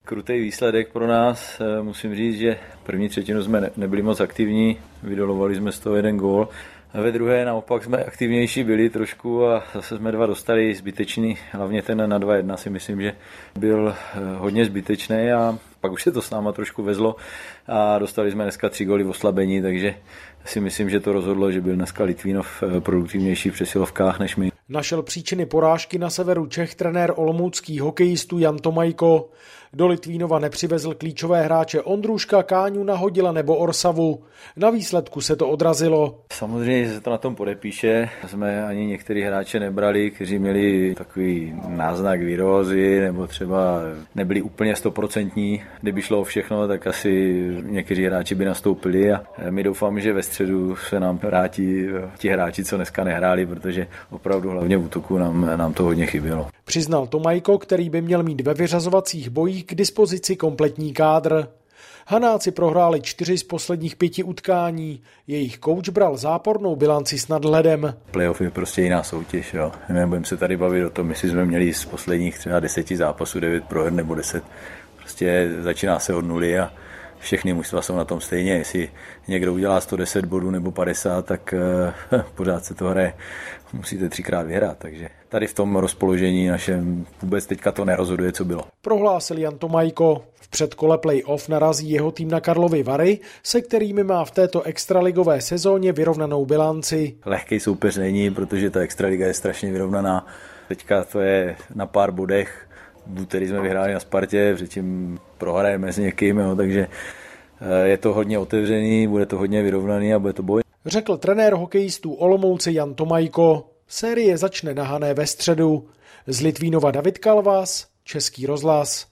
Krutý výsledek pro nás, musím říct, že první třetinu jsme nebyli moc aktivní, vydolovali jsme z toho jeden gól. Ve druhé naopak jsme aktivnější byli trošku a zase jsme 2 dostali zbytečný, hlavně ten na 2-1 si myslím, že byl hodně zbytečný a pak už se to s náma trošku vezlo a dostali jsme dneska 3 góly v oslabení, takže si myslím, že to rozhodlo, že byl dneska Litvínov produktivnější v přesilovkách než my. Našel příčiny porážky na severu Čech trenér olomouckých hokejistů Jan Tomajko. Do Litvínova nepřivezl klíčové hráče Ondruška, Káňu, Nahodila nebo Orsavu. Na výsledku se to odrazilo. Samozřejmě se to na tom podepíše. Jsme ani některý hráče nebrali, kteří měli takový náznak virózy nebo třeba nebyli úplně 100%. Kdyby šlo o všechno, tak asi někteří hráči by nastoupili a my doufáme, že ve středu se nám vrátí ti hráči, co dneska nehráli, protože opravdu hlavně v útoku nám to hodně chybělo. Přiznal Tomajko, který by měl mít ve vyřazovacích bojích k dispozici kompletní kádr. Hanáci prohráli 4 z posledních 5 utkání. Jejich kouč bral zápornou bilanci s nadhledem. Playoff je prostě jiná soutěž. Jo. Nebudeme se tady bavit o tom, jestli jsme měli z posledních třeba 10 zápasů 9 proher nebo 10. Prostě začíná se od nuly a všechny mužstva jsou na tom stejně. Jestli někdo udělá 110 bodů nebo 50, tak pořád se to hraje. Musíte 3krát vyhrát, takže tady v tom rozpoložení našem vůbec teďka to nerozhoduje, co bylo. Prohlásil Jan Tomajko. V předkole play-off narazí jeho tým na Karlovy Vary, se kterými má v této extraligové sezóně vyrovnanou bilanci. Lehkej soupeř není, protože ta extraliga je strašně vyrovnaná. Teďka to je na pár bodech. V úterý jsme vyhráli na Spartě, předtím prohrajeme s někým, jo, takže je to hodně otevřený, bude to hodně vyrovnaný a bude to boj. Řekl trenér hokejistů Olomouce Jan Tomajko. Série začne na Hané ve středu. Z Litvínova David Kalvas, Český rozhlas.